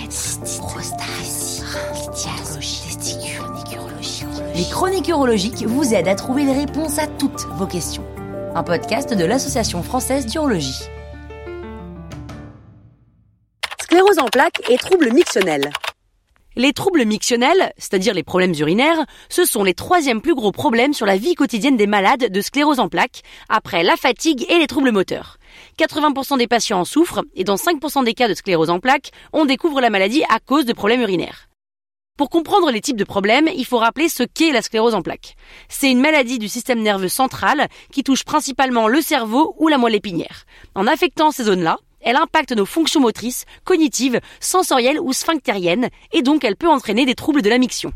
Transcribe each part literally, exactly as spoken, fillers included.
Les chroniques urologiques vous aident à trouver les réponses à toutes vos questions. Un podcast de l'Association française d'urologie. Sclérose en plaques et troubles mictionnels. Les troubles mictionnels, c'est-à-dire les problèmes urinaires, ce sont les troisièmes plus gros problèmes sur la vie quotidienne des malades de sclérose en plaques, après la fatigue et les troubles moteurs. quatre-vingts pour cent des patients en souffrent et dans cinq pour cent des cas de sclérose en plaques, on découvre la maladie à cause de problèmes urinaires. Pour comprendre les types de problèmes, il faut rappeler ce qu'est la sclérose en plaques. C'est une maladie du système nerveux central qui touche principalement le cerveau ou la moelle épinière. En affectant ces zones-là, elle impacte nos fonctions motrices, cognitives, sensorielles ou sphinctériennes, et donc elle peut entraîner des troubles de la miction.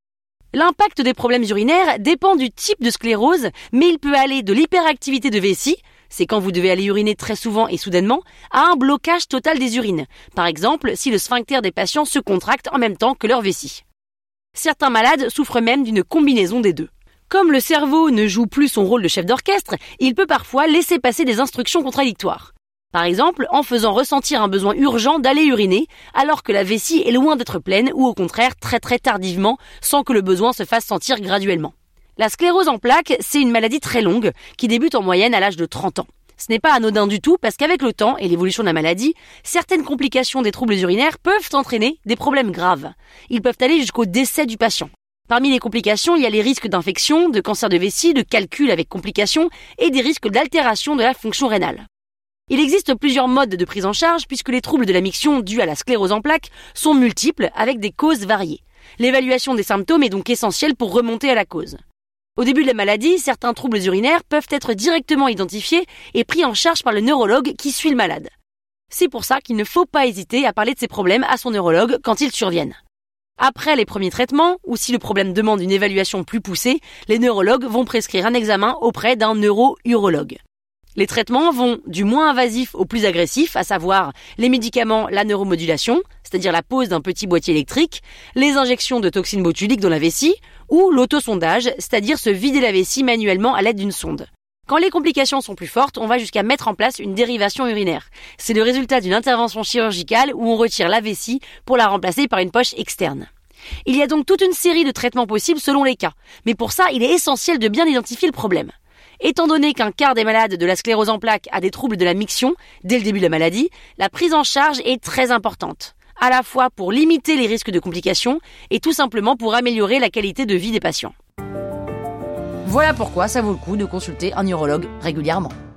L'impact des problèmes urinaires dépend du type de sclérose, mais il peut aller de l'hyperactivité de vessie, c'est quand vous devez aller uriner très souvent et soudainement, à un blocage total des urines. Par exemple, si le sphincter des patients se contracte en même temps que leur vessie. Certains malades souffrent même d'une combinaison des deux. Comme le cerveau ne joue plus son rôle de chef d'orchestre, il peut parfois laisser passer des instructions contradictoires. Par exemple, en faisant ressentir un besoin urgent d'aller uriner, alors que la vessie est loin d'être pleine ou au contraire très très tardivement, sans que le besoin se fasse sentir graduellement. La sclérose en plaques, c'est une maladie très longue, qui débute en moyenne à l'âge de trente ans. Ce n'est pas anodin du tout parce qu'avec le temps et l'évolution de la maladie, certaines complications des troubles urinaires peuvent entraîner des problèmes graves. Ils peuvent aller jusqu'au décès du patient. Parmi les complications, il y a les risques d'infection, de cancer de vessie, de calcul avec complications et des risques d'altération de la fonction rénale. Il existe plusieurs modes de prise en charge puisque les troubles de la miction dus à la sclérose en plaques sont multiples avec des causes variées. L'évaluation des symptômes est donc essentielle pour remonter à la cause. Au début de la maladie, certains troubles urinaires peuvent être directement identifiés et pris en charge par le neurologue qui suit le malade. C'est pour ça qu'il ne faut pas hésiter à parler de ces problèmes à son neurologue quand ils surviennent. Après les premiers traitements, ou si le problème demande une évaluation plus poussée, les neurologues vont prescrire un examen auprès d'un neuro-urologue. Les traitements vont du moins invasif au plus agressif, à savoir les médicaments, la neuromodulation, c'est-à-dire la pose d'un petit boîtier électrique, les injections de toxines botuliques dans la vessie, ou l'autosondage, c'est-à-dire se vider la vessie manuellement à l'aide d'une sonde. Quand les complications sont plus fortes, on va jusqu'à mettre en place une dérivation urinaire. C'est le résultat d'une intervention chirurgicale où on retire la vessie pour la remplacer par une poche externe. Il y a donc toute une série de traitements possibles selon les cas, mais pour ça, il est essentiel de bien identifier le problème. Étant donné qu'un quart des malades de la sclérose en plaques a des troubles de la miction dès le début de la maladie, la prise en charge est très importante, à la fois pour limiter les risques de complications et tout simplement pour améliorer la qualité de vie des patients. Voilà pourquoi ça vaut le coup de consulter un urologue régulièrement.